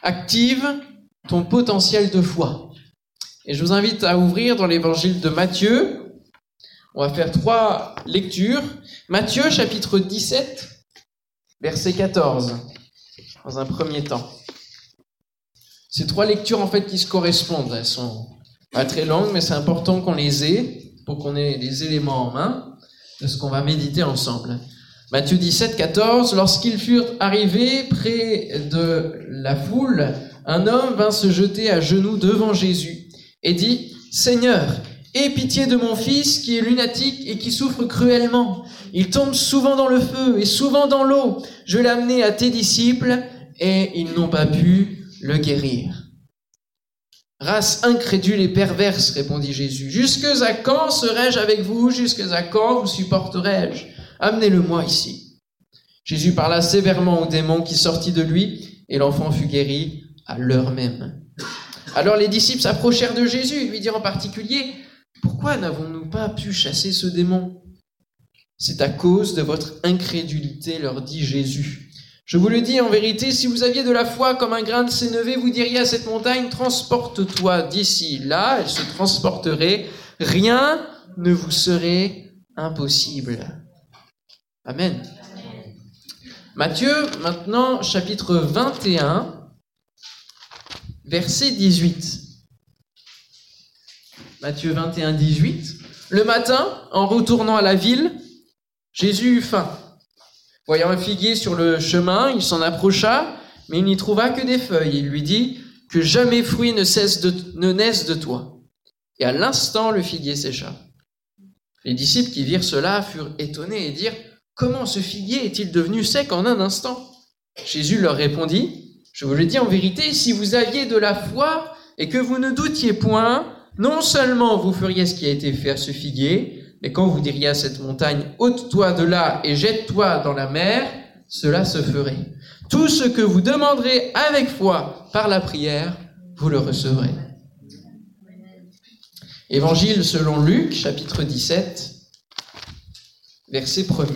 Active ton potentiel de foi. Et je vous invite à ouvrir dans l'évangile de Matthieu. On va faire 3 lectures. Matthieu, chapitre 17, verset 14, dans un premier temps. Ces 3 lectures, en fait, qui se correspondent. Elles sont pas très longues, mais c'est important qu'on les ait, pour qu'on ait les éléments en main de ce qu'on va méditer ensemble. Matthieu 17, 14. Lorsqu'ils furent arrivés près de la foule, un homme vint se jeter à genoux devant Jésus et dit « Seigneur, aie pitié de mon fils qui est lunatique et qui souffre cruellement. Il tombe souvent dans le feu et souvent dans l'eau. Je l'ai amené à tes disciples et ils n'ont pas pu le guérir. » « Race incrédule et perverse, répondit Jésus. Jusque à quand serai-je avec vous? Jusque à quand vous supporterai-je? Amenez-le-moi ici. Jésus parla sévèrement au démon qui sortit de lui et l'enfant fut guéri à l'heure même. Alors les disciples s'approchèrent de Jésus et lui dirent en particulier « Pourquoi n'avons-nous pas pu chasser ce démon ?»« C'est à cause de votre incrédulité, leur dit Jésus. Je vous le dis en vérité, si vous aviez de la foi comme un grain de sénévé, vous diriez à cette montagne « Transporte-toi d'ici là », elle se transporterait. Rien ne vous serait impossible. Amen. Matthieu, maintenant, chapitre 21, verset 18. Matthieu 21, 18. Le matin, en retournant à la ville, Jésus eut faim. Voyant un figuier sur le chemin, il s'en approcha, mais il n'y trouva que des feuilles. Il lui dit « Que jamais fruit ne naisse de toi. » Et à l'instant, le figuier sécha. Les disciples qui virent cela furent étonnés et dirent « Comment ce figuier est-il devenu sec en un instant ?» Jésus leur répondit « Je vous le dis en vérité, si vous aviez de la foi et que vous ne doutiez point, non seulement vous feriez ce qui a été fait à ce figuier, mais quand vous diriez à cette montagne « ôte-toi de là et jette-toi dans la mer », cela se ferait. Tout ce que vous demanderez avec foi par la prière, vous le recevrez. Évangile selon Luc, chapitre 17, verset 1er.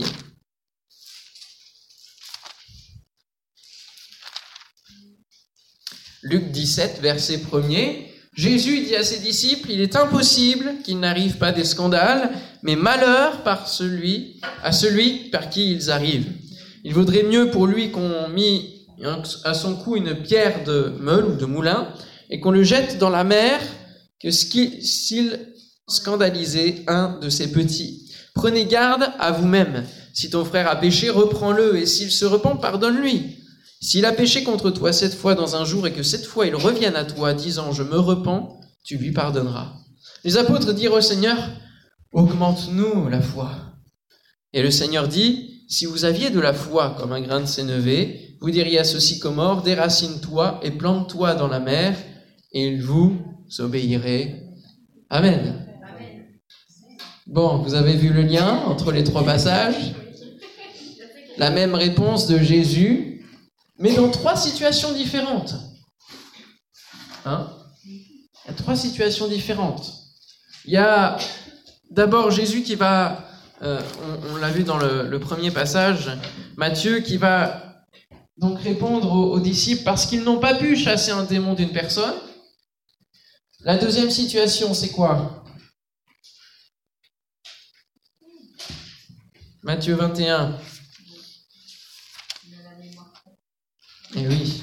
Luc 17, verset 1er. Jésus dit à ses disciples, il est impossible qu'il n'arrive pas des scandales, mais malheur à celui par qui ils arrivent. Il vaudrait mieux pour lui qu'on mît à son cou une pierre de meule ou de moulin et qu'on le jette dans la mer que s'il scandalisait un de ses petits. Prenez garde à vous-même. Si ton frère a péché, reprends-le, et s'il se repent, pardonne-lui. S'il a péché contre toi 7 fois dans un jour et que 7 fois il revienne à toi disant « Je me repens », tu lui pardonneras. Les apôtres dirent au Seigneur « Augmente-nous la foi ». Et le Seigneur dit « Si vous aviez de la foi comme un grain de sénévé, vous diriez à ce sycomore « Déracine-toi et plante-toi dans la mer, et il vous obéirait. » Amen. Bon, vous avez vu le lien entre les 3 passages? La même réponse de Jésus, mais dans 3 situations différentes. Il y a 3 situations différentes. Il y a d'abord Jésus qui va, on l'a vu dans le premier passage, Matthieu qui va donc répondre aux disciples parce qu'ils n'ont pas pu chasser un démon d'une personne. La deuxième situation, c'est quoi? Matthieu 21. Eh oui.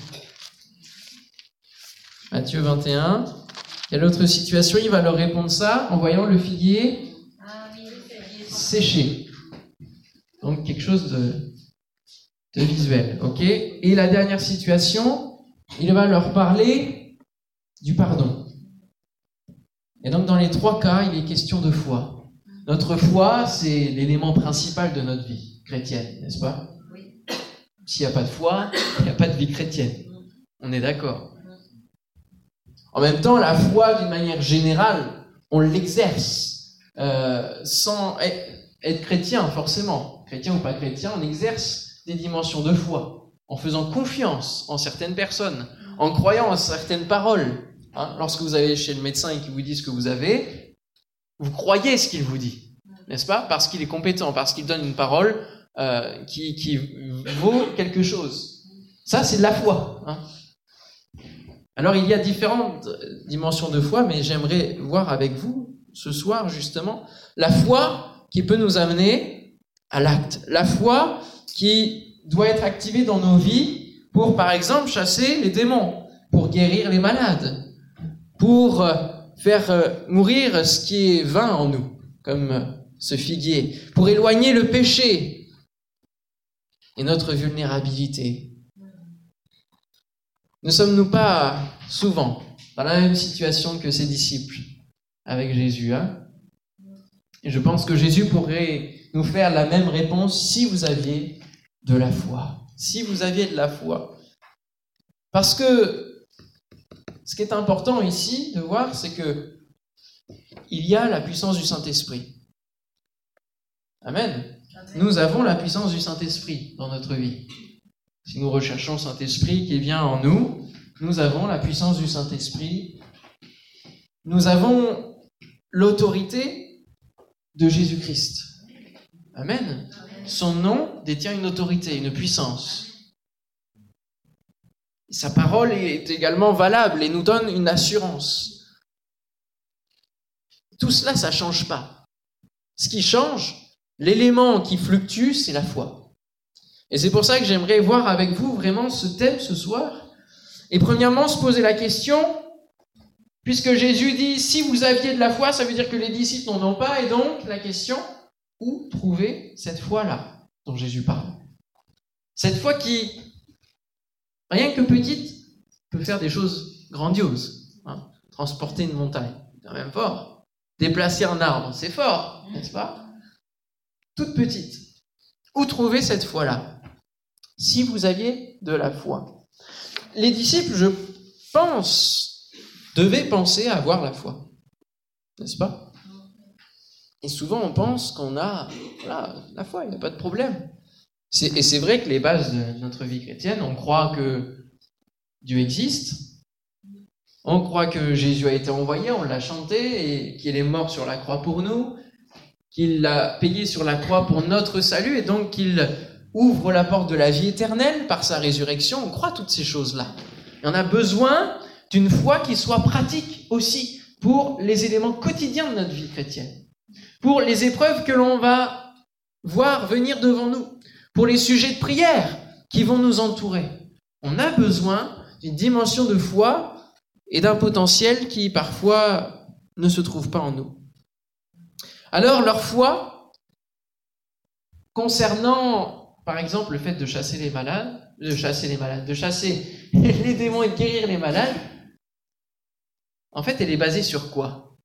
Matthieu 21. Quelle autre situation? Il va leur répondre ça en voyant le figuier séché. Donc quelque chose de visuel. Ok? Et la dernière situation, il va leur parler du pardon. Et donc dans les 3 cas, il est question de foi. Notre foi, c'est l'élément principal de notre vie chrétienne, n'est-ce pas? S'il n'y a pas de foi, il n'y a pas de vie chrétienne. On est d'accord. En même temps, la foi, d'une manière générale, on l'exerce sans être chrétien, forcément. Chrétien ou pas chrétien, on exerce des dimensions de foi en faisant confiance en certaines personnes, en croyant en certaines paroles. Lorsque vous allez chez le médecin et qu'il vous dit ce que vous avez, vous croyez ce qu'il vous dit, n'est-ce pas? Parce qu'il est compétent, parce qu'il donne une parole qui vaut quelque chose. Ça, c'est de la foi. Alors il y a différentes dimensions de foi, mais j'aimerais voir avec vous ce soir justement la foi qui peut nous amener à l'acte. La foi qui doit être activée dans nos vies pour, par exemple, chasser les démons, pour guérir les malades, pour faire mourir ce qui est vain en nous, comme ce figuier, pour éloigner le péché et notre vulnérabilité. Ne sommes-nous pas souvent dans la même situation que ses disciples avec Jésus, hein? Et je pense que Jésus pourrait nous faire la même réponse si vous aviez de la foi. Si vous aviez de la foi. Parce que ce qui est important ici de voir, c'est que il y a la puissance du Saint-Esprit. Amen. Nous avons la puissance du Saint-Esprit dans notre vie. Si nous recherchons le Saint-Esprit qui vient en nous, nous avons la puissance du Saint-Esprit. Nous avons l'autorité de Jésus-Christ. Amen. Son nom détient une autorité, une puissance. Sa parole est également valable et nous donne une assurance. Tout cela, ça ne change pas. Ce qui change, l'élément qui fluctue, c'est la foi. Et c'est pour ça que j'aimerais voir avec vous vraiment ce thème ce soir. Et premièrement, se poser la question, puisque Jésus dit, si vous aviez de la foi, ça veut dire que les disciples n'en ont pas. Et donc, la question, où trouver cette foi-là dont Jésus parle? Cette foi qui, rien que petite, peut faire des choses grandioses. Hein. Transporter une montagne, c'est quand même fort. Déplacer un arbre, c'est fort, n'est-ce pas? Toute petite. Où trouver cette foi-là? Si vous aviez de la foi. Les disciples, je pense, devaient penser à avoir la foi. N'est-ce pas? Et souvent, on pense qu'on a la foi, il n'y a pas de problème. Et c'est vrai que les bases de notre vie chrétienne, on croit que Dieu existe, on croit que Jésus a été envoyé, on l'a chanté, et qu'il est mort sur la croix pour nous, qu'il l'a payé sur la croix pour notre salut, et donc qu'il ouvre la porte de la vie éternelle par sa résurrection. On croit toutes ces choses-là. Et on a besoin d'une foi qui soit pratique aussi pour les éléments quotidiens de notre vie chrétienne, pour les épreuves que l'on va voir venir devant nous, pour les sujets de prière qui vont nous entourer. On a besoin d'une dimension de foi et d'un potentiel qui parfois ne se trouve pas en nous. Alors leur foi, concernant par exemple le fait de chasser les démons et de guérir les malades, en fait elle est basée sur quoi?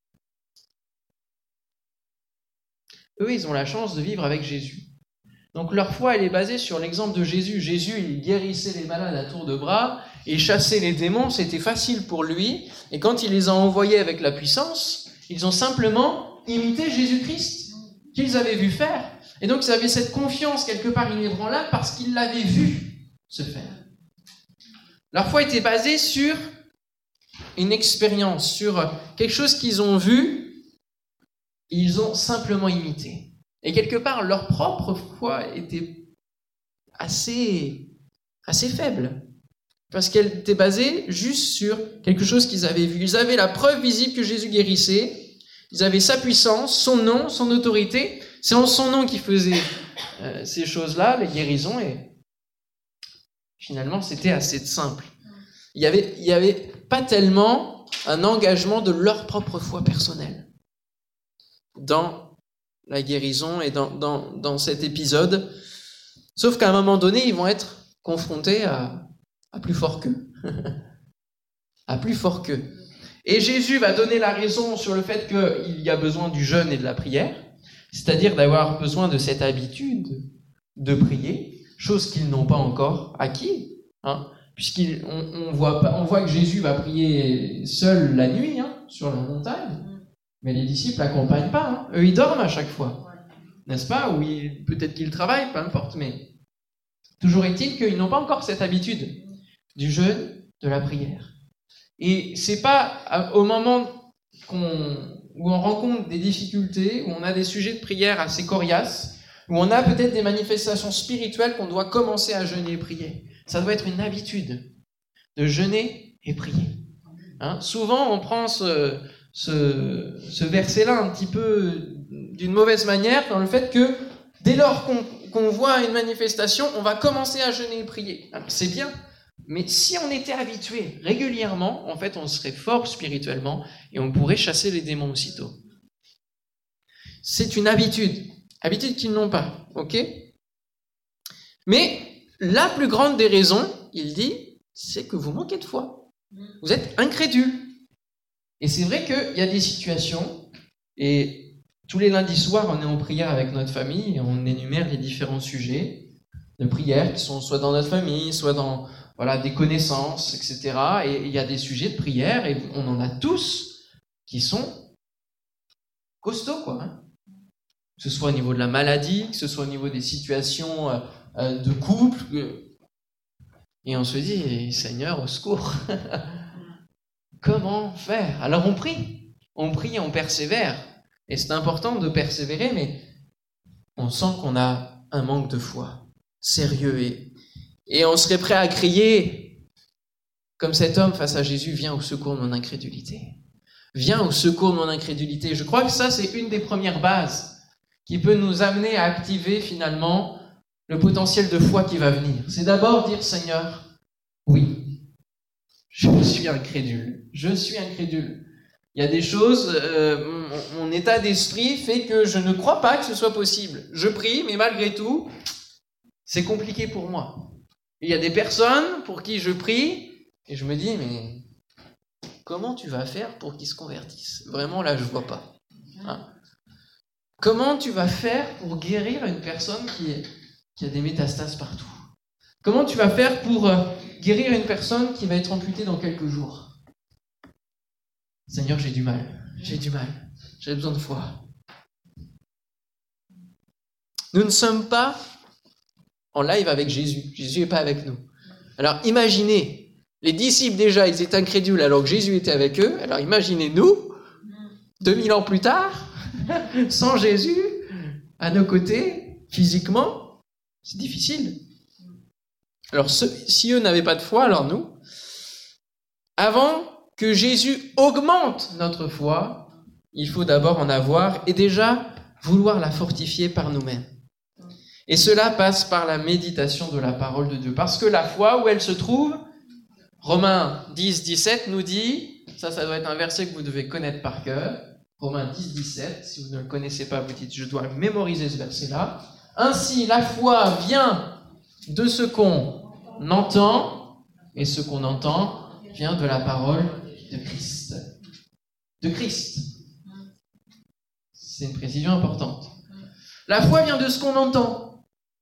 Eux, ils ont la chance de vivre avec Jésus. Donc leur foi, elle est basée sur l'exemple de Jésus. Jésus, il guérissait les malades à tour de bras, et chasser les démons, c'était facile pour lui. Et quand il les a envoyés avec la puissance, ils ont simplement imité Jésus-Christ, qu'ils avaient vu faire. Et donc ils avaient cette confiance quelque part inébranlable parce qu'ils l'avaient vu se faire. Leur foi était basée sur une expérience, sur quelque chose qu'ils ont vu, ils ont simplement imité. Et quelque part, leur propre foi était assez faible. Parce qu'elle était basée juste sur quelque chose qu'ils avaient vu. Ils avaient la preuve visible que Jésus guérissait. Ils avaient sa puissance, son nom, son autorité. C'est en son nom qu'ils faisaient ces choses-là, les guérisons. Et finalement, c'était assez simple. Il y avait pas tellement un engagement de leur propre foi personnelle dans la guérison et dans cet épisode. Sauf qu'à un moment donné, ils vont être confrontés à plus fort qu'eux. À plus fort qu'eux. Et Jésus va donner la raison sur le fait qu'il y a besoin du jeûne et de la prière, c'est-à-dire d'avoir besoin de cette habitude de prier, chose qu'ils n'ont pas encore acquis, hein, puisqu'on voit que Jésus va prier seul la nuit, hein, sur la montagne. Mais les disciples l'accompagnent pas. Hein. Eux, ils dorment à chaque fois. N'est-ce pas? Ou peut-être qu'ils travaillent, peu importe. Mais toujours est-il qu'ils n'ont pas encore cette habitude du jeûne, de la prière. Et c'est pas au moment où on rencontre des difficultés, où on a des sujets de prière assez coriaces, où on a peut-être des manifestations spirituelles qu'on doit commencer à jeûner et prier. Ça doit être une habitude de jeûner et priez. Souvent, on prend ce verset-là un petit peu d'une mauvaise manière, dans le fait que dès lors qu'on voit une manifestation, on va commencer à jeûner et prier. Alors, c'est bien, mais si on était habitué régulièrement, en fait, on serait fort spirituellement et on pourrait chasser les démons aussitôt. C'est une habitude qu'ils n'ont pas, ok ? Mais la plus grande des raisons, il dit, c'est que vous manquez de foi. Vous êtes incrédule. Et c'est vrai qu'il y a des situations, et tous les lundis soirs, on est en prière avec notre famille, et on énumère les différents sujets de prière qui sont soit dans notre famille, soit dans des connaissances, etc. Et il y a des sujets de prière, et on en a tous qui sont costauds, quoi. Que ce soit au niveau de la maladie, que ce soit au niveau des situations de couple. Et on se dit, Seigneur, au secours. Comment faire ? Alors on prie, on persévère. Et c'est important de persévérer, mais on sent qu'on a un manque de foi sérieux. Et on serait prêt à crier, comme cet homme face à Jésus, viens au secours de mon incrédulité. Viens au secours de mon incrédulité. Je crois que ça, c'est une des premières bases qui peut nous amener à activer finalement le potentiel de foi qui va venir. C'est d'abord dire, Seigneur, oui, je suis incrédule. Je suis incrédule. Il y a des choses, mon état d'esprit fait que je ne crois pas que ce soit possible. Je prie, mais malgré tout, c'est compliqué pour moi. Il y a des personnes pour qui je prie, et je me dis, mais comment tu vas faire pour qu'ils se convertissent ? Vraiment, là, je ne vois pas. Comment tu vas faire pour guérir une personne qui a des métastases partout ? Comment tu vas faire pour guérir une personne qui va être amputée dans quelques jours ? Seigneur, j'ai du mal, j'ai besoin de foi. Nous ne sommes pas en live avec Jésus. Jésus n'est pas avec nous. Alors imaginez, les disciples déjà, ils étaient incrédules alors que Jésus était avec eux. Alors imaginez nous, 2000 ans plus tard, sans Jésus, à nos côtés, physiquement, c'est difficile. Alors, si eux n'avaient pas de foi, alors nous, avant que Jésus augmente notre foi, il faut d'abord en avoir et déjà vouloir la fortifier par nous-mêmes. Et cela passe par la méditation de la parole de Dieu. Parce que la foi, où elle se trouve, Romains 10, 17 nous dit, ça doit être un verset que vous devez connaître par cœur, Romains 10, 17, si vous ne le connaissez pas, vous dites, je dois mémoriser ce verset-là. Ainsi, la foi vient de ce qu'on entend, et ce qu'on entend vient de la parole de Christ. De Christ. C'est une précision importante. La foi vient de ce qu'on entend.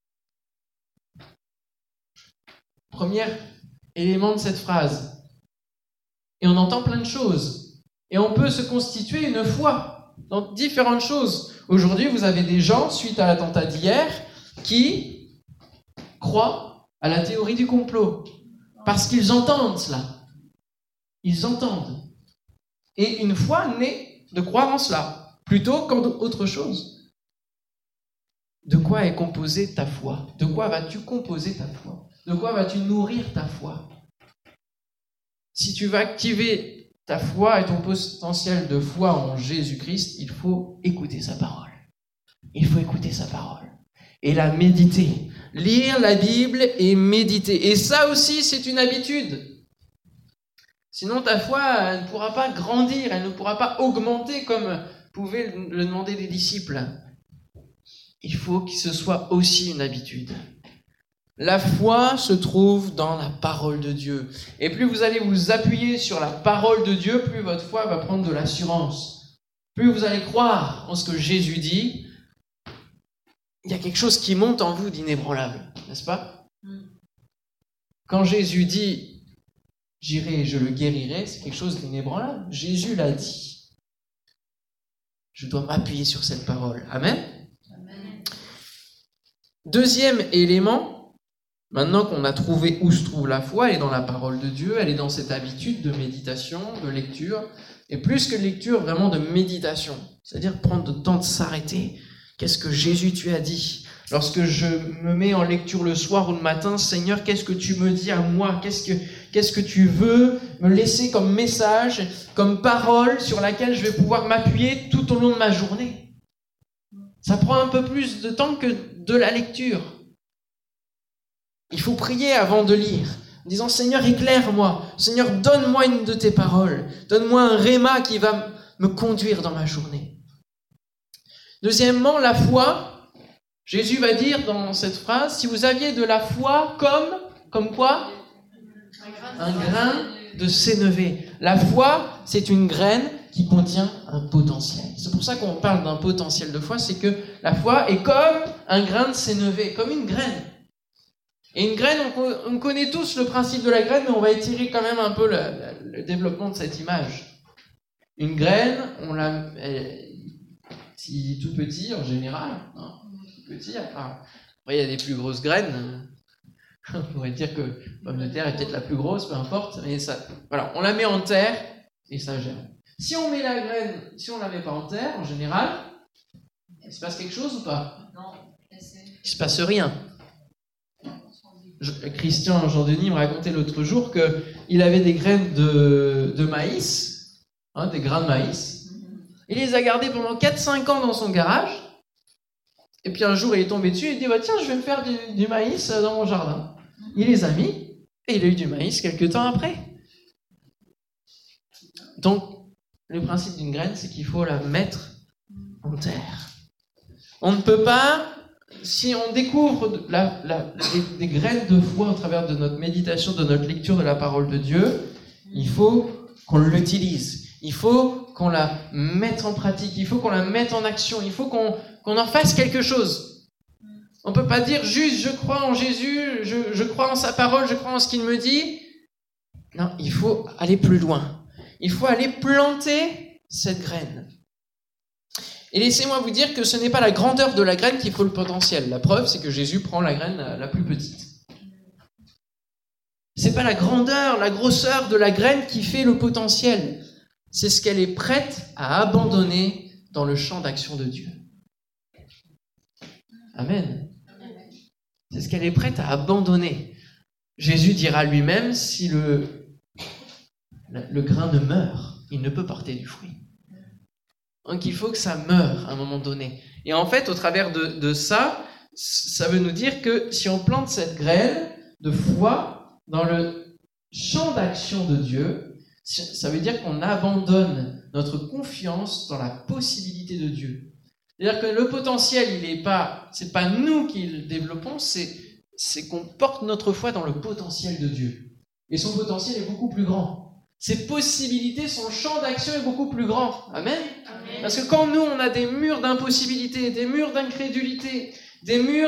Premier élément de cette phrase. Et on entend plein de choses. Et on peut se constituer une foi dans différentes choses. Aujourd'hui, vous avez des gens, suite à l'attentat d'hier, qui croient à la théorie du complot. Parce qu'ils entendent cela. Ils entendent. Et une foi naît de croire en cela, plutôt qu'autre chose. De quoi est composée ta foi ? De quoi vas-tu composer ta foi ? De quoi vas-tu nourrir ta foi ? Si tu vas activer ta foi et ton potentiel de foi en Jésus-Christ, il faut écouter sa parole. Il faut écouter sa parole. Et la méditer. Lire la Bible et méditer. Et ça aussi, c'est une habitude. Sinon, ta foi, elle ne pourra pas grandir, elle ne pourra pas augmenter comme pouvaient le demander les disciples. Il faut que ce soit aussi une habitude. La foi se trouve dans la parole de Dieu. Et plus vous allez vous appuyer sur la parole de Dieu, plus votre foi va prendre de l'assurance. Plus vous allez croire en ce que Jésus dit, il y a quelque chose qui monte en vous d'inébranlable, n'est-ce pas ? Quand Jésus dit « j'irai et je le guérirai », c'est quelque chose d'inébranlable. Jésus l'a dit. Je dois m'appuyer sur cette parole. Amen ? Amen. Deuxième élément, maintenant qu'on a trouvé où se trouve la foi, elle est dans la parole de Dieu, elle est dans cette habitude de méditation, de lecture, et plus que de lecture, vraiment de méditation. C'est-à-dire prendre le temps de s'arrêter. Qu'est-ce que Jésus tu as dit ? Lorsque je me mets en lecture le soir ou le matin, Seigneur, qu'est-ce que tu me dis à moi ? Qu'est-ce Qu'est-ce que tu veux me laisser comme message, comme parole sur laquelle je vais pouvoir m'appuyer tout au long de ma journée? Ça prend un peu plus de temps que de la lecture. Il faut prier avant de lire, en disant « Seigneur, éclaire-moi. Seigneur, donne-moi une de tes paroles. Donne-moi un réma qui va me conduire dans ma journée. » Deuxièmement, la foi. Jésus va dire dans cette phrase « Si vous aviez de la foi comme quoi? Un grain de sénévé. » La foi, c'est une graine qui contient un potentiel. C'est pour ça qu'on parle d'un potentiel de foi, c'est que la foi est comme un grain de sénévé, comme une graine. Et une graine, on connaît tous le principe de la graine, mais on va étirer quand même un peu le développement de cette image. Une graine, si tout petit en général, hein, tout petit, après il y a des plus grosses graines. On pourrait dire que pomme de terre est peut-être la plus grosse, peu importe, mais ça, voilà, on la met en terre et ça germe. Si on met la graine, si on la met pas en terre, en général, il se passe quelque chose ou pas? Non. Il se passe rien. Christian Jean-Denis me racontait l'autre jour qu'il avait des graines de maïs, hein, des grains de maïs. Il les a gardés pendant 4-5 ans dans son garage. Et puis un jour, il est tombé dessus et il dit « Tiens, je vais me faire du maïs dans mon jardin. » Il les a mis et il a eu du maïs quelques temps après. Donc, le principe d'une graine, c'est qu'il faut la mettre en terre. On ne peut pas, si on découvre des graines de foi au travers de notre méditation, de notre lecture de la parole de Dieu, il faut qu'on l'utilise. Il faut qu'on la mette en pratique. Il faut qu'on la mette en action. Il faut qu'on en fasse quelque chose. On ne peut pas dire juste « je crois en Jésus, je crois en sa parole, je crois en ce qu'il me dit ». Non, il faut aller plus loin. Il faut aller planter cette graine. Et laissez-moi vous dire que ce n'est pas la grandeur de la graine qui faut le potentiel. La preuve, c'est que Jésus prend la graine la plus petite. C'est pas la grandeur, la grosseur de la graine qui fait le potentiel. C'est ce qu'elle est prête à abandonner dans le champ d'action de Dieu. Amen. C'est ce qu'elle est prête à abandonner. Jésus dira lui-même, si le grain ne meurt, il ne peut porter du fruit. Donc il faut que ça meure à un moment donné. Et en fait, au travers de ça, ça veut nous dire que si on plante cette graine de foi dans le champ d'action de Dieu, ça veut dire qu'on abandonne notre confiance dans la possibilité de Dieu. C'est-à-dire que le potentiel, c'est pas nous qui le développons, c'est qu'on porte notre foi dans le potentiel de Dieu. Et son potentiel est beaucoup plus grand. Ses possibilités, son champ d'action est beaucoup plus grand. Amen. Amen. Parce que quand nous, on a des murs d'impossibilité, des murs d'incrédulité, des murs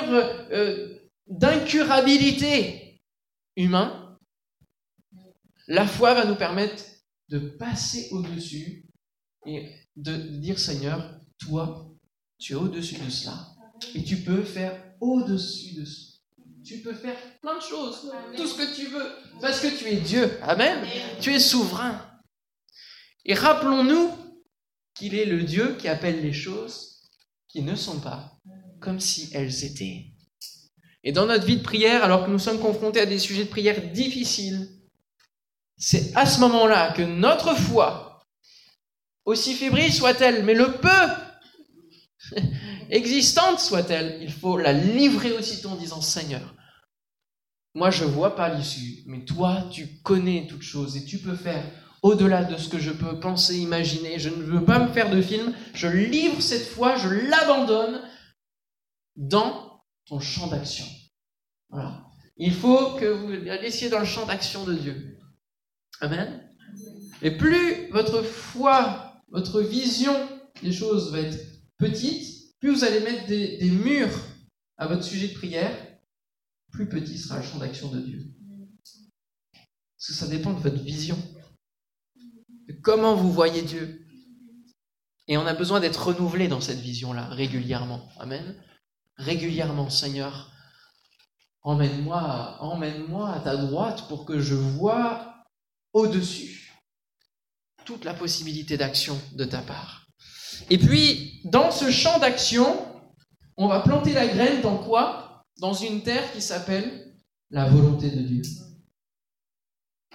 d'incurabilité humains, la foi va nous permettre de passer au-dessus et de dire, Seigneur, toi, tu es au-dessus de cela. Et tu peux faire au-dessus de cela. Tu peux faire plein de choses, tout ce que tu veux, parce que tu es Dieu. Amen. Tu es souverain. Et rappelons-nous qu'il est le Dieu qui appelle les choses qui ne sont pas comme si elles étaient. Et dans notre vie de prière, alors que nous sommes confrontés à des sujets de prière difficiles, c'est à ce moment-là que notre foi, aussi fébrile soit-elle, mais le peu existante soit-elle, il faut la livrer aussitôt en disant « Seigneur, moi je ne vois pas l'issue, mais toi tu connais toutes choses et tu peux faire au-delà de ce que je peux penser, imaginer. Je ne veux pas me faire de film, je livre cette foi, je l'abandonne dans ton champ d'action. » Voilà. Il faut que vous la laissiez dans le champ d'action de Dieu. Amen. Et plus votre foi, votre vision des choses va être petite, plus vous allez mettre des murs à votre sujet de prière, plus petit sera le champ d'action de Dieu. Parce que ça dépend de votre vision, de comment vous voyez Dieu. Et on a besoin d'être renouvelé dans cette vision-là, régulièrement. Amen. Régulièrement, Seigneur, emmène-moi à ta droite pour que je vois au-dessus toute la possibilité d'action de ta part. Et puis, dans ce champ d'action, on va planter la graine dans quoi ? Dans une terre qui s'appelle la volonté de Dieu.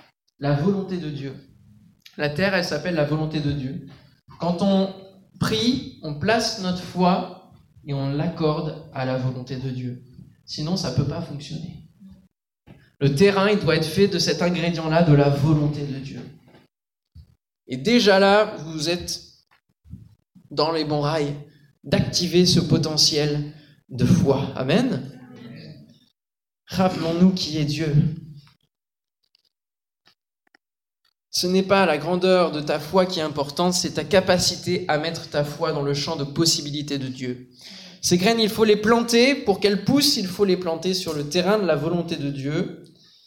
la volonté de Dieu. La terre, elle s'appelle la volonté de Dieu. Quand on prie, on place notre foi et on l'accorde à la volonté de Dieu. Sinon, ça ne peut pas fonctionner. Le terrain, il doit être fait de cet ingrédient-là, de la volonté de Dieu. Et déjà là, vous êtes dans les bons rails d'activer ce potentiel de foi. Amen. Rappelons-nous qui est Dieu. Ce n'est pas la grandeur de ta foi qui est importante, c'est ta capacité à mettre ta foi dans le champ de possibilités de Dieu. Ces graines, il faut les planter. Pour qu'elles poussent, il faut les planter sur le terrain de la volonté de Dieu.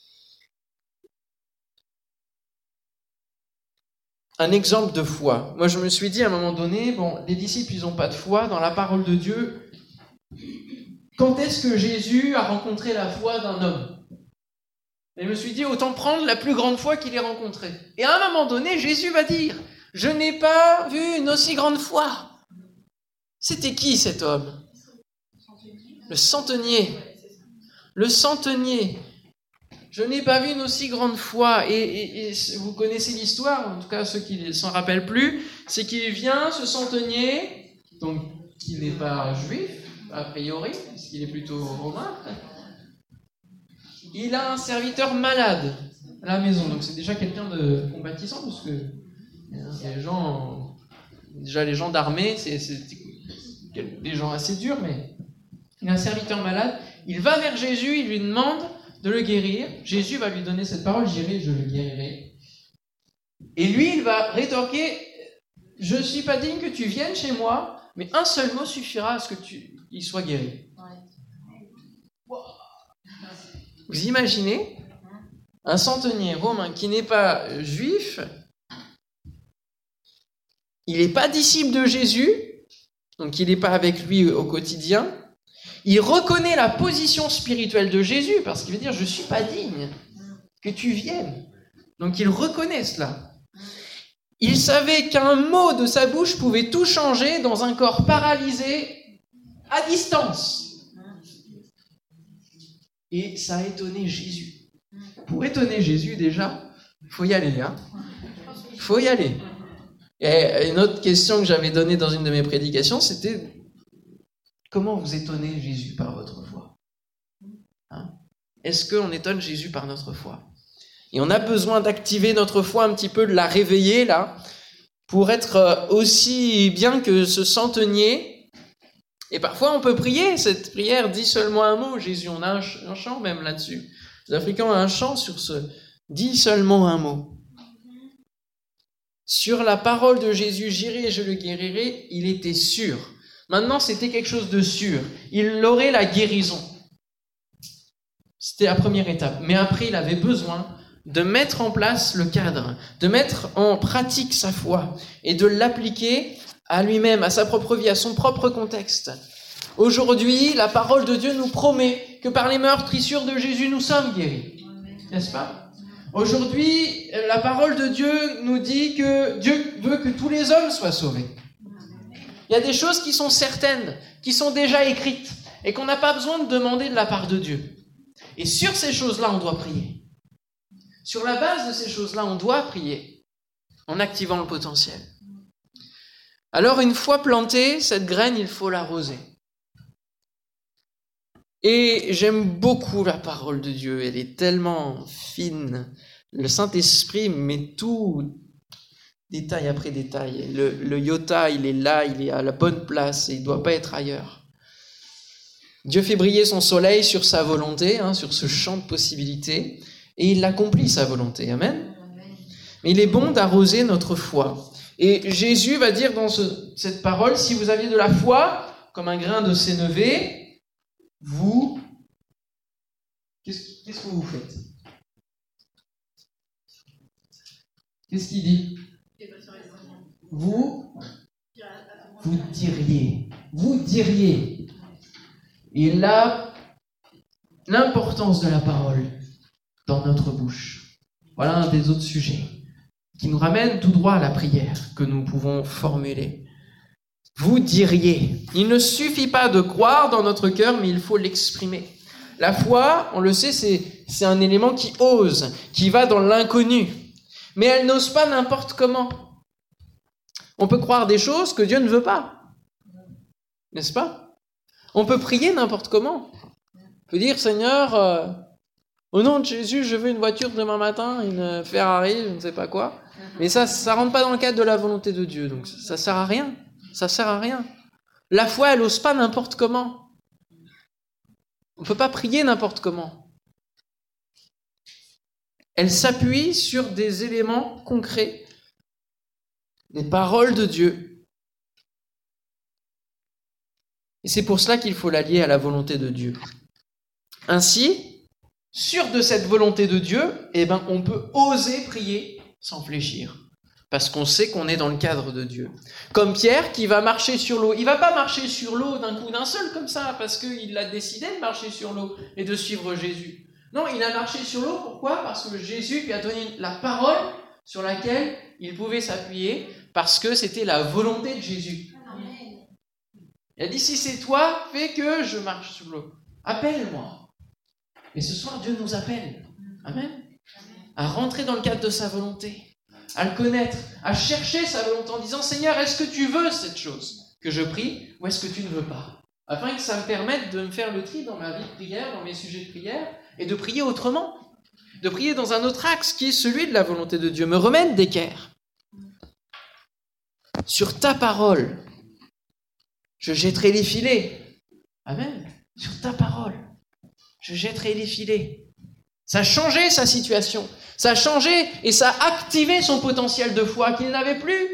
Un exemple de foi. Moi, je me suis dit à un moment donné, les disciples, ils n'ont pas de foi dans la parole de Dieu. Quand est-ce que Jésus a rencontré la foi d'un homme ? Et je me suis dit, autant prendre la plus grande foi qu'il ait rencontrée. Et à un moment donné, Jésus va dire, je n'ai pas vu une aussi grande foi. C'était qui cet homme ? Le centenier. Le centenier. Je n'ai pas vu une aussi grande foi. Et vous connaissez l'histoire, en tout cas ceux qui ne s'en rappellent plus, c'est qu'il vient, ce centenier, donc qui n'est pas juif, a priori, puisqu'il est plutôt romain. Il a un serviteur malade à la maison, donc c'est déjà quelqu'un de compatissant, parce que les gens d'armée, c'est des gens assez durs, mais il a un serviteur malade. Il va vers Jésus, il lui demande de le guérir. Jésus va lui donner cette parole, j'irai, je le guérirai. Et lui, il va rétorquer, je ne suis pas digne que tu viennes chez moi, mais un seul mot suffira à ce qu'il soit guéri. Vous imaginez un centenier romain qui n'est pas juif, il n'est pas disciple de Jésus, donc il n'est pas avec lui au quotidien, il reconnaît la position spirituelle de Jésus, parce qu'il veut dire « je ne suis pas digne que tu viennes ». Donc il reconnaît cela. Il savait qu'un mot de sa bouche pouvait tout changer dans un corps paralysé à distance. Et ça a étonné Jésus. Pour étonner Jésus, déjà, il faut y aller. Il faut y aller. Et une autre question que j'avais donnée dans une de mes prédications, c'était comment vous étonnez Jésus par votre foi ? Est-ce qu'on étonne Jésus par notre foi ? Et on a besoin d'activer notre foi un petit peu, de la réveiller, là, pour être aussi bien que ce centenier. Et parfois, on peut prier. Cette prière dit seulement un mot. Jésus, on a un chant même là-dessus. Les Africains ont un chant sur ce « dis seulement un mot ». Sur la parole de Jésus, j'irai et je le guérirai, il était sûr. Maintenant, c'était quelque chose de sûr. Il aurait la guérison. C'était la première étape. Mais après, il avait besoin de mettre en place le cadre, de mettre en pratique sa foi et de l'appliquer à lui-même, à sa propre vie, à son propre contexte. Aujourd'hui, la parole de Dieu nous promet que par les meurtrissures de Jésus, nous sommes guéris. N'est-ce pas ? Aujourd'hui, la parole de Dieu nous dit que Dieu veut que tous les hommes soient sauvés. Il y a des choses qui sont certaines, qui sont déjà écrites, et qu'on n'a pas besoin de demander de la part de Dieu. Et sur ces choses-là, on doit prier. Sur la base de ces choses-là, on doit prier, en activant le potentiel. Alors, une fois plantée, cette graine, il faut l'arroser. Et j'aime beaucoup la parole de Dieu, elle est tellement fine. Le Saint-Esprit met tout, détail après détail. Le iota, il est là, il est à la bonne place, et il ne doit pas être ailleurs. Dieu fait briller son soleil sur sa volonté, sur ce champ de possibilités, et il accomplit sa volonté. Amen. Mais il est bon d'arroser notre foi. Et Jésus va dire dans cette parole, si vous aviez de la foi, comme un grain de sénévé, vous, qu'est-ce que vous faites ? Qu'est-ce qu'il dit ? Vous diriez. Et là, l'importance de la parole dans notre bouche. Voilà un des autres sujets qui nous ramène tout droit à la prière que nous pouvons formuler. Vous diriez. Il ne suffit pas de croire dans notre cœur, mais il faut l'exprimer. La foi, on le sait, c'est un élément qui ose, qui va dans l'inconnu. Mais elle n'ose pas n'importe comment. On peut croire des choses que Dieu ne veut pas. N'est-ce pas? On peut prier n'importe comment. On peut dire, Seigneur, au nom de Jésus, je veux une voiture demain matin, une Ferrari, je ne sais pas quoi. Mais ça rentre pas dans le cadre de la volonté de Dieu. Donc ça sert à rien. Ça sert à rien. La foi, elle n'ose pas n'importe comment. On ne peut pas prier n'importe comment. Elle s'appuie sur des éléments concrets, des paroles de Dieu. Et c'est pour cela qu'il faut l'allier à la volonté de Dieu. Ainsi, sûr de cette volonté de Dieu, on peut oser prier sans fléchir. Parce qu'on sait qu'on est dans le cadre de Dieu. Comme Pierre qui va marcher sur l'eau. Il ne va pas marcher sur l'eau d'un coup d'un seul comme ça, parce qu'il a décidé de marcher sur l'eau et de suivre Jésus. Non, il a marché sur l'eau, pourquoi? Parce que Jésus lui a donné la parole sur laquelle il pouvait s'appuyer, parce que c'était la volonté de Jésus. Amen. Il a dit, si c'est toi, fais que je marche sur l'eau. Appelle-moi. Et ce soir, Dieu nous appelle. Amen. À rentrer dans le cadre de sa volonté. À le connaître, à chercher sa volonté en disant, Seigneur, est-ce que tu veux cette chose que je prie ou est-ce que tu ne veux pas? Afin que ça me permette de me faire le tri dans ma vie de prière, dans mes sujets de prière, et de prier autrement. De prier dans un autre axe qui est celui de la volonté de Dieu. Me remène d'équerre. Sur ta parole, je jetterai les filets. Amen. Sur ta parole, je jetterai les filets. Ça a changé sa situation. Ça a changé et ça a activé son potentiel de foi qu'il n'avait plus.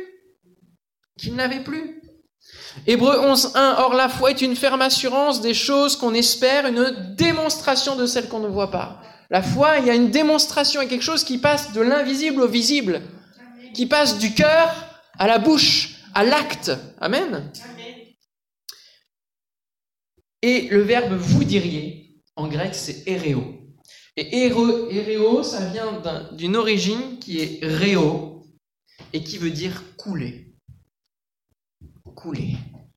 Hébreux 11.1, or la foi est une ferme assurance des choses qu'on espère, une démonstration de celles qu'on ne voit pas. La foi, il y a une démonstration, il y a quelque chose qui passe de l'invisible au visible, qui passe du cœur à la bouche, à l'acte. Amen. Et le verbe vous diriez, en grec c'est héréo. Et héréo, ça vient d'une origine qui est réo et qui veut dire couler. Couler.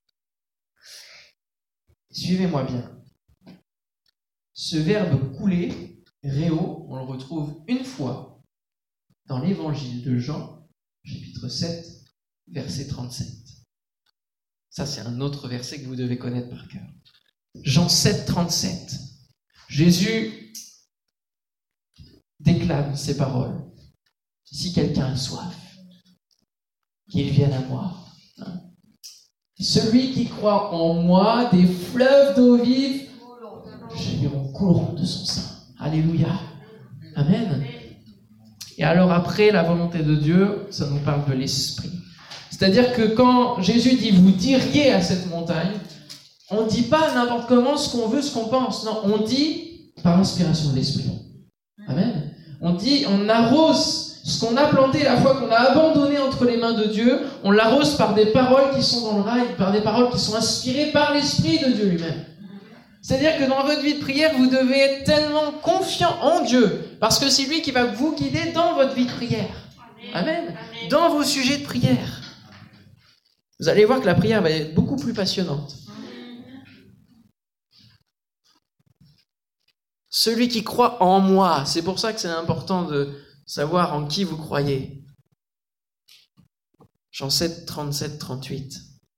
Suivez-moi bien. Ce verbe couler, réo, on le retrouve une fois dans l'évangile de Jean, chapitre 7, verset 37. Ça, c'est un autre verset que vous devez connaître par cœur. Jean 7, 37. Jésus déclame ces paroles. Si quelqu'un a soif, qu'il vienne à moi. Celui qui croit en moi, des fleuves d'eau vive couleront de son sein. Alléluia. Amen. Et alors après, la volonté de Dieu, ça nous parle de l'esprit. C'est-à-dire que quand Jésus dit « vous diriez à cette montagne », on ne dit pas n'importe comment ce qu'on veut, ce qu'on pense. Non, on dit par l'inspiration de l'esprit. Amen. On arrose ce qu'on a planté la fois qu'on a abandonné entre les mains de Dieu, on l'arrose par des paroles qui sont dans le rail, par des paroles qui sont inspirées par l'Esprit de Dieu lui-même. C'est-à-dire que dans votre vie de prière, vous devez être tellement confiant en Dieu, parce que c'est lui qui va vous guider dans votre vie de prière. Amen. Dans vos sujets de prière. Vous allez voir que la prière va être beaucoup plus passionnante. Celui qui croit en moi, c'est pour ça que c'est important de savoir en qui vous croyez. Jean 7, 37, 38.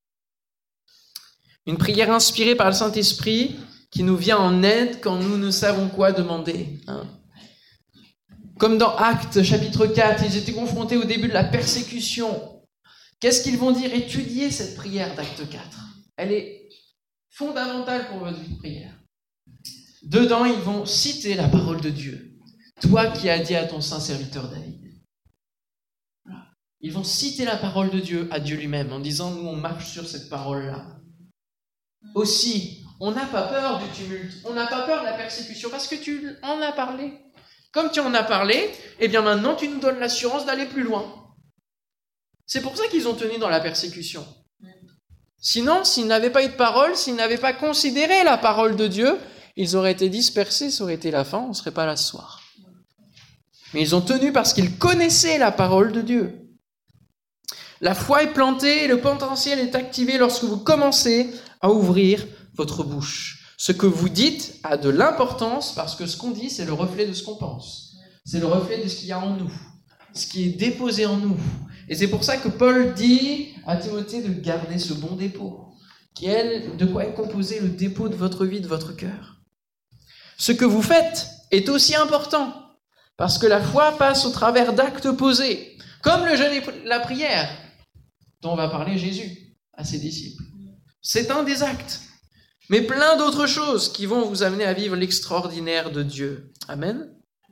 Une prière inspirée par le Saint-Esprit qui nous vient en aide quand nous ne savons quoi demander. Comme dans Actes, chapitre 4, ils étaient confrontés au début de la persécution. Qu'est-ce qu'ils vont dire? Étudiez cette prière d'Acte 4. Elle est fondamentale pour votre vie de prière. Dedans, ils vont citer la parole de Dieu. Toi qui as dit à ton saint serviteur David. Voilà. Ils vont citer la parole de Dieu à Dieu lui-même en disant, nous on marche sur cette parole-là. Aussi, on n'a pas peur du tumulte, on n'a pas peur de la persécution parce que tu en as parlé. Comme tu en as parlé, eh bien maintenant tu nous donnes l'assurance d'aller plus loin. C'est pour ça qu'ils ont tenu dans la persécution. Sinon, s'ils n'avaient pas eu de parole, s'ils n'avaient pas considéré la parole de Dieu, ils auraient été dispersés, ça aurait été la fin, on ne serait pas là ce soir. Mais ils ont tenu parce qu'ils connaissaient la parole de Dieu. La foi est plantée et le potentiel est activé lorsque vous commencez à ouvrir votre bouche. Ce que vous dites a de l'importance parce que ce qu'on dit, c'est le reflet de ce qu'on pense. C'est le reflet de ce qu'il y a en nous. ce qui est déposé en nous. Et c'est pour ça que Paul dit à Timothée de garder ce bon dépôt, de quoi est composé le dépôt de votre vie, de votre cœur. Ce que vous faites est aussi important, parce que la foi passe au travers d'actes posés, comme le jeûne et la prière, dont va parler Jésus à ses disciples. C'est un des actes, mais plein d'autres choses qui vont vous amener à vivre l'extraordinaire de Dieu. Amen.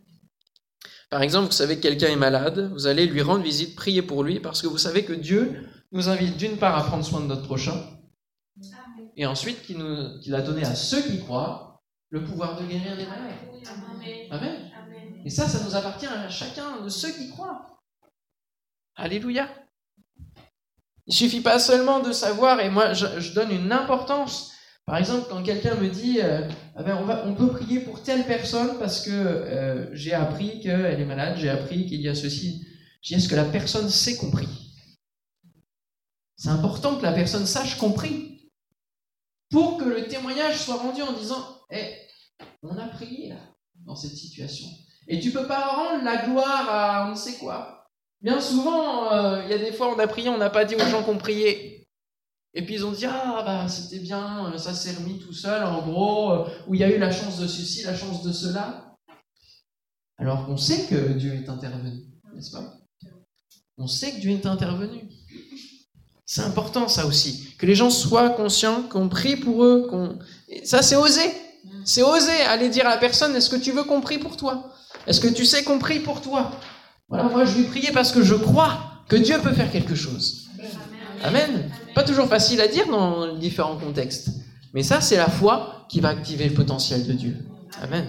Par exemple, vous savez que quelqu'un est malade, vous allez lui rendre visite, prier pour lui, parce que vous savez que Dieu nous invite d'une part à prendre soin de notre prochain, et ensuite qu'il a donné à ceux qui croient le pouvoir de guérir des malades. Amen. Et ça nous appartient à chacun de ceux qui croient. Alléluia. Il ne suffit pas seulement de savoir, et moi je donne une importance. Par exemple, quand quelqu'un me dit on peut prier pour telle personne parce que j'ai appris qu'elle est malade, j'ai appris qu'il y a ceci. Je dis, est-ce que la personne sait compris? C'est important que la personne sache compris pour que le témoignage soit rendu en disant on a prié là, dans cette situation. Et tu ne peux pas rendre la gloire à on ne sait quoi. Bien souvent, il y a des fois on a prié, on n'a pas dit aux gens qu'on priait. Et puis ils ont dit, c'était bien, ça s'est remis tout seul, en gros, où il y a eu la chance de ceci, la chance de cela. Alors qu'on sait que Dieu est intervenu, n'est-ce pas? On sait que Dieu est intervenu. C'est important ça aussi, que les gens soient conscients, qu'on prie pour eux, ça c'est oser. C'est oser aller dire à la personne, est-ce que tu veux qu'on prie pour toi? Est-ce que tu sais qu'on prie pour toi? Voilà, moi je vais prier parce que je crois que Dieu peut faire quelque chose. Amen. Pas toujours facile à dire dans différents contextes. Mais ça, c'est la foi qui va activer le potentiel de Dieu. Amen.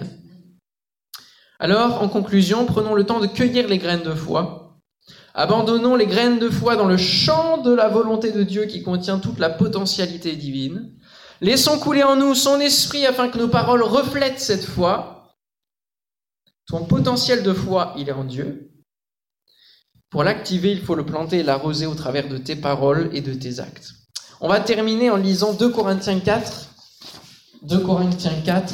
Alors, en conclusion, prenons le temps de cueillir les graines de foi. Abandonnons les graines de foi dans le champ de la volonté de Dieu qui contient toute la potentialité divine. Laissons couler en nous son esprit afin que nos paroles reflètent cette foi. Ton potentiel de foi, il est en Dieu. Pour l'activer, il faut le planter et l'arroser au travers de tes paroles et de tes actes. On va terminer en lisant 2 Corinthiens 4. 2 Corinthiens 4.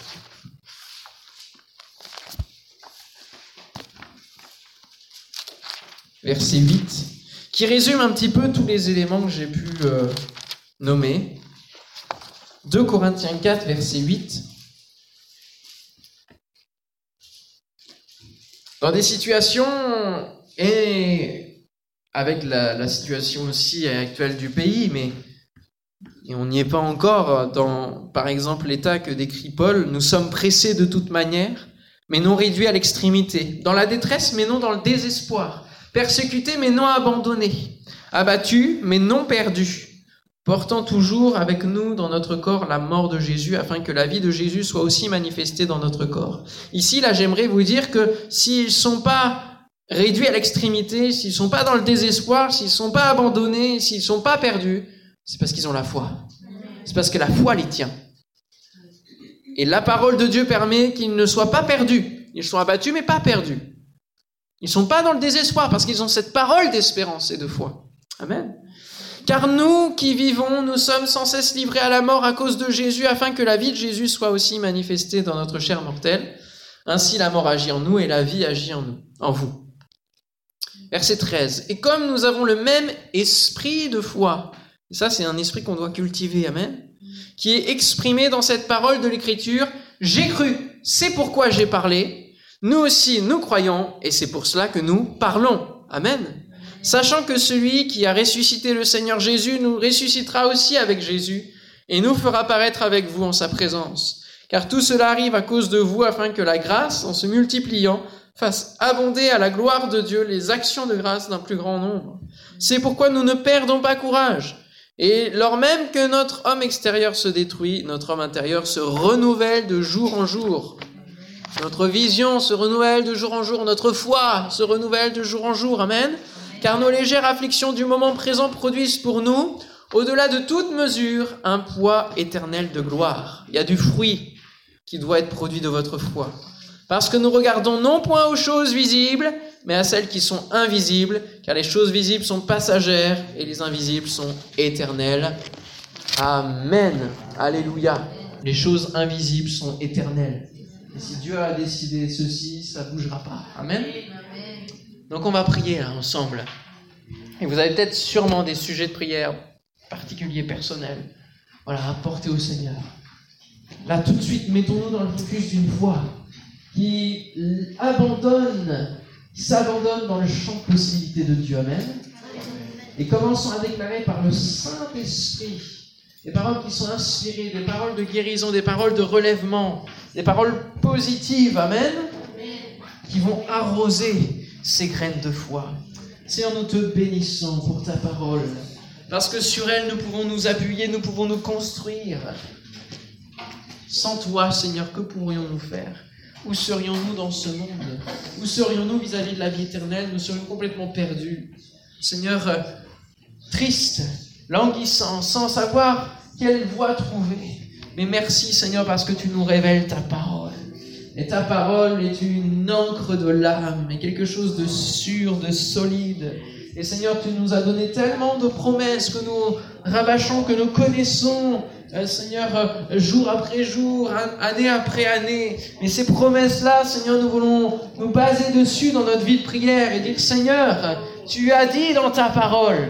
Verset 8, qui résume un petit peu tous les éléments que j'ai pu nommer. 2 Corinthiens 4, verset 8. Dans des situations, et avec la situation aussi actuelle du pays, et on n'y est pas encore, dans par exemple l'état que décrit Paul, nous sommes pressés de toute manière, mais non réduits à l'extrémité, dans la détresse, mais non dans le désespoir, persécutés, mais non abandonnés, abattus, mais non perdus, portant toujours avec nous dans notre corps la mort de Jésus, afin que la vie de Jésus soit aussi manifestée dans notre corps. Ici, là, j'aimerais vous dire que s'ils ne sont pas réduits à l'extrémité, s'ils ne sont pas dans le désespoir, s'ils ne sont pas abandonnés, s'ils ne sont pas perdus, c'est parce qu'ils ont la foi. C'est parce que la foi les tient. Et la parole de Dieu permet qu'ils ne soient pas perdus. Ils sont abattus, mais pas perdus. Ils ne sont pas dans le désespoir parce qu'ils ont cette parole d'espérance et de foi. Amen. Car nous qui vivons, nous sommes sans cesse livrés à la mort à cause de Jésus, afin que la vie de Jésus soit aussi manifestée dans notre chair mortelle. Ainsi la mort agit en nous et la vie agit en vous. Verset 13. Et comme nous avons le même esprit de foi, et ça c'est un esprit qu'on doit cultiver, amen, qui est exprimé dans cette parole de l'Écriture, j'ai cru, c'est pourquoi j'ai parlé, nous aussi nous croyons, et c'est pour cela que nous parlons, amen. Sachant que celui qui a ressuscité le Seigneur Jésus nous ressuscitera aussi avec Jésus, et nous fera paraître avec vous en sa présence. Car tout cela arrive à cause de vous, afin que la grâce, en se multipliant, fasse abonder à la gloire de Dieu les actions de grâce d'un plus grand nombre. C'est pourquoi nous ne perdons pas courage. Et lors même que notre homme extérieur se détruit, notre homme intérieur se renouvelle de jour en jour. Notre vision se renouvelle de jour en jour, notre foi se renouvelle de jour en jour. Amen. Car nos légères afflictions du moment présent produisent pour nous, au-delà de toute mesure, un poids éternel de gloire. Il y a du fruit qui doit être produit de votre foi. Parce que nous regardons non point aux choses visibles, mais à celles qui sont invisibles, car les choses visibles sont passagères et les invisibles sont éternelles. Amen. Alléluia. Les choses invisibles sont éternelles. Et si Dieu a décidé ceci, ça ne bougera pas. Amen. Donc on va prier là, ensemble. Et vous avez peut-être sûrement des sujets de prière particuliers, personnels. Voilà, apportez au Seigneur. Là, tout de suite, mettons-nous dans le focus d'une foi qui s'abandonne dans le champ de possibilités de Dieu. Amen. Et commençons à déclarer par le Saint-Esprit des paroles qui sont inspirées, des paroles de guérison, des paroles de relèvement, des paroles positives. Amen. Qui vont arroser ces graines de foi. Seigneur, nous te bénissons pour ta parole. Parce que sur elle, nous pouvons nous appuyer, nous pouvons nous construire. Sans toi, Seigneur, que pourrions-nous faire? Où serions-nous dans ce monde? Où serions-nous vis-à-vis de la vie éternelle? Nous serions complètement perdus. Seigneur, triste, languissant, sans savoir quelle voie trouver. Mais merci, Seigneur, parce que tu nous révèles ta parole. Et ta parole est une encre de l'âme, et quelque chose de sûr, de solide. Et Seigneur, tu nous as donné tellement de promesses que nous rabâchons, que nous connaissons, Seigneur, jour après jour, année après année. Mais ces promesses-là, Seigneur, nous voulons nous baser dessus dans notre vie de prière et dire, Seigneur, tu as dit dans ta parole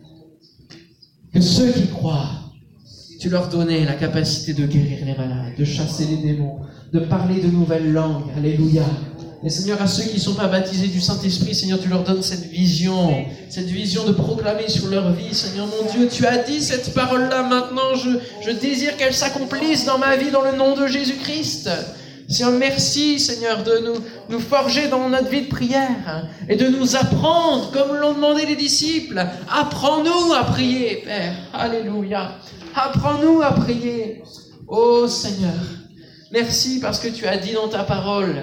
que ceux qui croient, tu leur donnais la capacité de guérir les malades, de chasser les démons, de parler de nouvelles langues. Alléluia. Et Seigneur, à ceux qui ne sont pas baptisés du Saint-Esprit, Seigneur, tu leur donnes cette vision de proclamer sur leur vie. Seigneur, mon Dieu, tu as dit cette parole-là maintenant. Je désire qu'elle s'accomplisse dans ma vie, dans le nom de Jésus-Christ. Seigneur, merci, Seigneur, de nous forger dans notre vie de prière et de nous apprendre, comme l'ont demandé les disciples. Apprends-nous à prier, Père. Alléluia. Apprends-nous à prier. Oh Seigneur, merci parce que tu as dit dans ta parole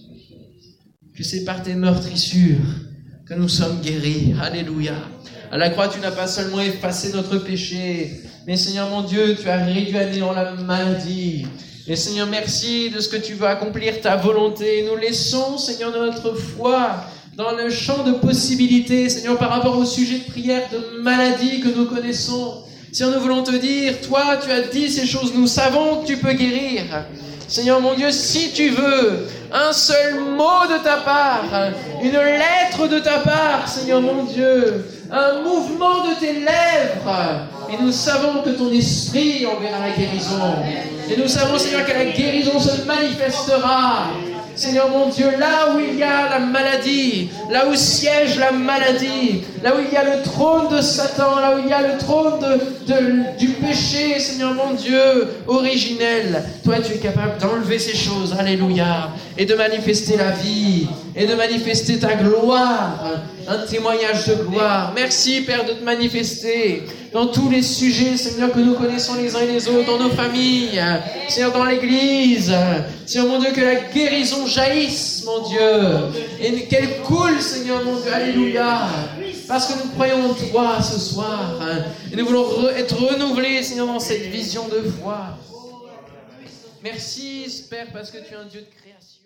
que c'est par tes meurtrissures que nous sommes guéris. Alléluia. À la croix, tu n'as pas seulement effacé notre péché, mais Seigneur mon Dieu, tu as réduit à néant la maladie. Et Seigneur, merci de ce que tu veux accomplir ta volonté. Nous laissons, Seigneur, notre foi dans le champ de possibilités, Seigneur, par rapport au sujet de prière, de maladie que nous connaissons. Seigneur, nous voulons te dire, toi, tu as dit ces choses, nous savons que tu peux guérir. Seigneur mon Dieu, si tu veux, un seul mot de ta part, une lettre de ta part, Seigneur mon Dieu, un mouvement de tes lèvres, et nous savons que ton esprit enverra la guérison. Et nous savons, Seigneur, que la guérison se manifestera. Seigneur mon Dieu, là où il y a la maladie, là où siège la maladie, là où il y a le trône de Satan, là où il y a le trône du péché, Seigneur mon Dieu, originel, toi tu es capable d'enlever ces choses, alléluia, et de manifester la vie, et de manifester ta gloire, un témoignage de gloire. Merci Père de te manifester dans tous les sujets, Seigneur, que nous connaissons les uns et les autres, dans nos familles, Seigneur, dans l'église. Seigneur, mon Dieu, que la guérison jaillisse, mon Dieu, et qu'elle coule, Seigneur, mon Dieu, alléluia, parce que nous croyons en toi ce soir, et nous voulons être renouvelés, Seigneur, dans cette vision de foi. Merci, Père, parce que tu es un Dieu de création.